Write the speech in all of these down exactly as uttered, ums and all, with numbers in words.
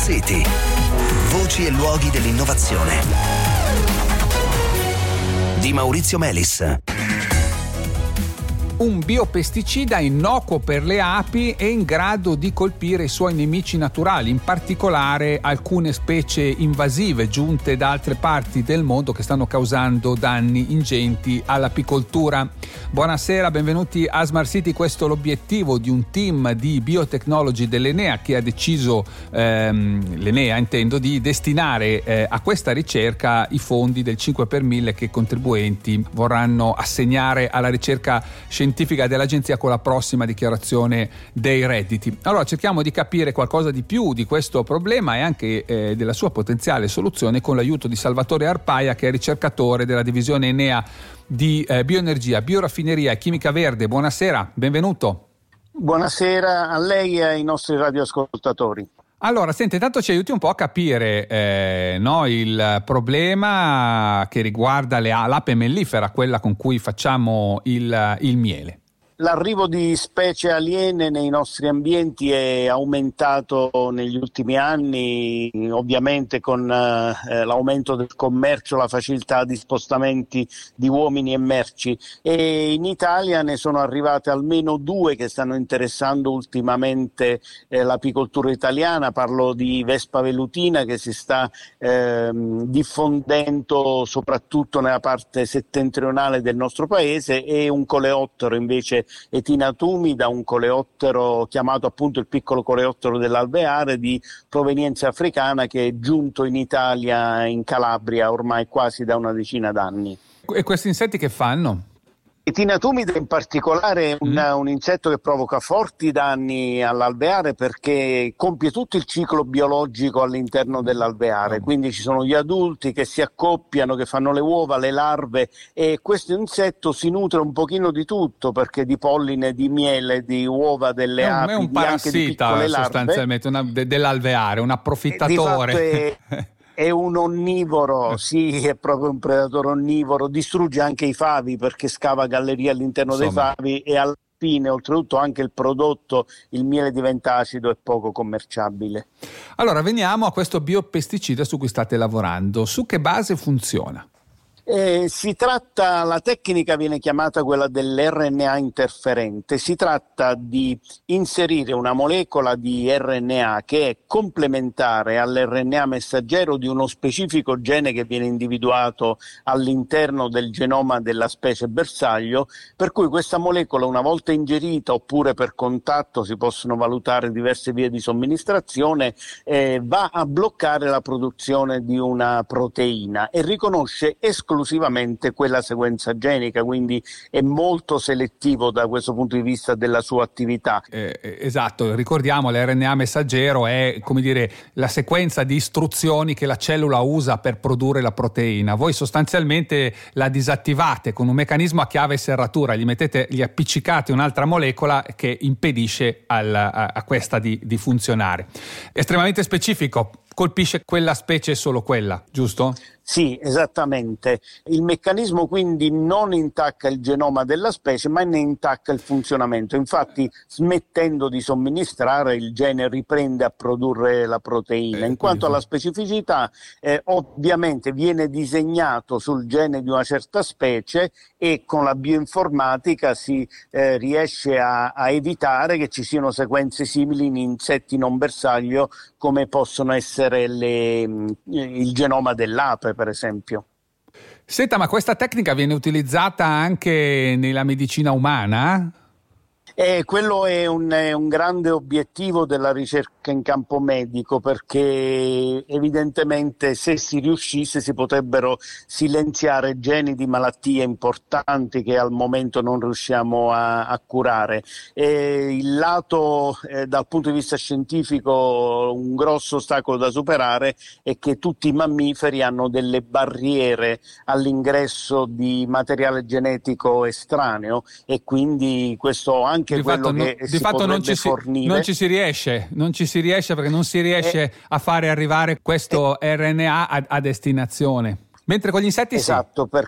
City. Voci e luoghi dell'innovazione. Di Maurizio Melis. Un biopesticida innocuo per le api e in grado di colpire i suoi nemici naturali, in particolare alcune specie invasive giunte da altre parti del mondo che stanno causando danni ingenti all'apicoltura. Buonasera, benvenuti a Smart City. Questo è l'obiettivo di un team di biotechnology dell'Enea che ha deciso, ehm, l'Enea intendo, di destinare eh, a questa ricerca i fondi del cinque per mille che i contribuenti vorranno assegnare alla ricerca scientifica dell'agenzia con la prossima dichiarazione dei redditi. Allora cerchiamo di capire qualcosa di più di questo problema e anche eh, della sua potenziale soluzione con l'aiuto di Salvatore Arpaia, che è ricercatore della divisione Enea di eh, bioenergia, bioraffineria e chimica verde. Buonasera, benvenuto. Buonasera a lei e ai nostri radioascoltatori. Allora, senti, intanto ci aiuti un po' a capire eh, no, il problema che riguarda le, l'ape mellifera, quella con cui facciamo il, il miele. L'arrivo di specie aliene nei nostri ambienti è aumentato negli ultimi anni, ovviamente con eh, l'aumento del commercio, la facilità di spostamenti di uomini e merci, e in Italia ne sono arrivate almeno due che stanno interessando ultimamente eh, l'apicoltura italiana. Parlo di Vespa velutina, che si sta eh, diffondendo soprattutto nella parte settentrionale del nostro paese, e un coleottero invece Echinatumi, da un coleottero chiamato appunto il piccolo coleottero dell'alveare di provenienza africana, che è giunto in Italia, in Calabria, ormai quasi da una decina d'anni. E questi insetti che fanno? Echinatumi in particolare è un, Mm. un insetto che provoca forti danni all'alveare perché compie tutto il ciclo biologico all'interno dell'alveare, Mm. quindi ci sono gli adulti che si accoppiano, che fanno le uova, le larve, e questo insetto si nutre un pochino di tutto, perché di polline, di miele, di uova delle È un, api, è un di anche di parassita piccole larve. sostanzialmente, una, de, dell'alveare, un approfittatore. Di fatto è, è un onnivoro, sì, è proprio un predatore onnivoro, distrugge anche i favi perché scava gallerie all'interno Insomma. dei favi, e alla fine oltretutto anche il prodotto, il miele, diventa acido e poco commerciabile. Allora veniamo a questo biopesticida su cui state lavorando. Su che base funziona? Eh, si tratta, la tecnica viene chiamata quella dell'erre enne a interferente. Si tratta di inserire una molecola di erre enne a che è complementare all'erre enne a messaggero di uno specifico gene che viene individuato all'interno del genoma della specie bersaglio, per cui questa molecola, una volta ingerita oppure per contatto, si possono valutare diverse vie di somministrazione, eh, va a bloccare la produzione di una proteina e riconosce esclusivamente esclusivamente quella sequenza genica, quindi è molto selettivo da questo punto di vista della sua attività. Eh, esatto, ricordiamo, l'erre enne a messaggero è, come dire, la sequenza di istruzioni che la cellula usa per produrre la proteina. Voi sostanzialmente la disattivate con un meccanismo a chiave e serratura, gli mettete, gli appiccicate un'altra molecola che impedisce al, a, a questa di, di funzionare. Estremamente specifico, colpisce quella specie e solo quella, giusto? Sì, esattamente. Il meccanismo quindi non intacca il genoma della specie, ma ne intacca il funzionamento. Infatti, smettendo di somministrare, il gene riprende a produrre la proteina. Eh, In quanto quindi... alla specificità, eh, ovviamente viene disegnato sul gene di una certa specie, e con la bioinformatica si eh, riesce a, a evitare che ci siano sequenze simili in insetti non bersaglio, come possono essere le, il genoma dell'ape, per esempio. Senta, ma questa tecnica viene utilizzata anche nella medicina umana? E quello è un, è un grande obiettivo della ricerca in campo medico, perché evidentemente se si riuscisse si potrebbero silenziare geni di malattie importanti che al momento non riusciamo a, a curare. E il lato eh, dal punto di vista scientifico, un grosso ostacolo da superare è che tutti i mammiferi hanno delle barriere all'ingresso di materiale genetico estraneo, e quindi questo anche Di quello fatto, che no, si di fatto non, ci si, fornire. non ci si riesce, non ci si riesce perché non si riesce Eh, a fare arrivare questo eh, erre enne a a, a destinazione. Mentre con gli insetti esatto, sì. per,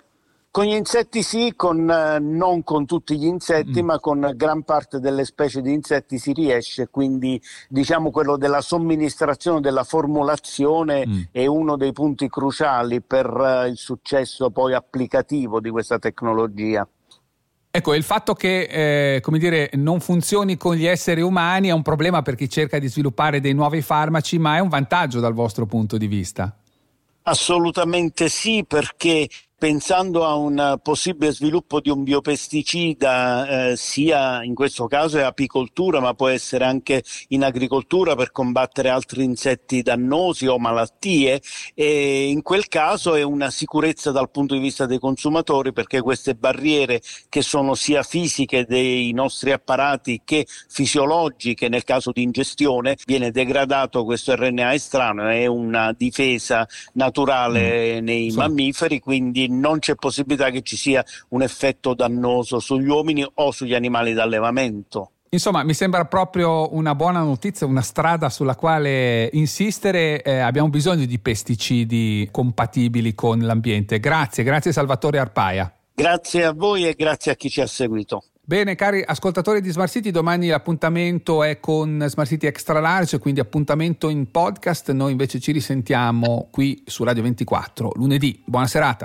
Con gli insetti sì, con, eh, non con tutti gli insetti, mm. ma con gran parte delle specie di insetti si riesce, quindi diciamo quello della somministrazione, della formulazione mm. è uno dei punti cruciali per eh, il successo poi applicativo di questa tecnologia. Ecco, il fatto che eh, come dire, non funzioni con gli esseri umani è un problema per chi cerca di sviluppare dei nuovi farmaci, ma è un vantaggio dal vostro punto di vista? Assolutamente sì, perché pensando a un possibile sviluppo di un biopesticida, eh, sia in questo caso è apicoltura, ma può essere anche in agricoltura per combattere altri insetti dannosi o malattie, e in quel caso è una sicurezza dal punto di vista dei consumatori, perché queste barriere che sono sia fisiche dei nostri apparati che fisiologiche, nel caso di ingestione viene degradato questo R N A estraneo, è una difesa naturale mm. nei sì. mammiferi, quindi non c'è possibilità che ci sia un effetto dannoso sugli uomini o sugli animali d'allevamento. Insomma, mi sembra proprio una buona notizia, una strada sulla quale insistere. Eh, abbiamo bisogno di pesticidi compatibili con l'ambiente. Grazie, grazie Salvatore Arpaia. Grazie a voi e grazie a chi ci ha seguito. Bene, cari ascoltatori di Smart City, domani l'appuntamento è con Smart City Extra Large, quindi appuntamento in podcast. Noi invece ci risentiamo qui su Radio ventiquattro lunedì. Buona serata.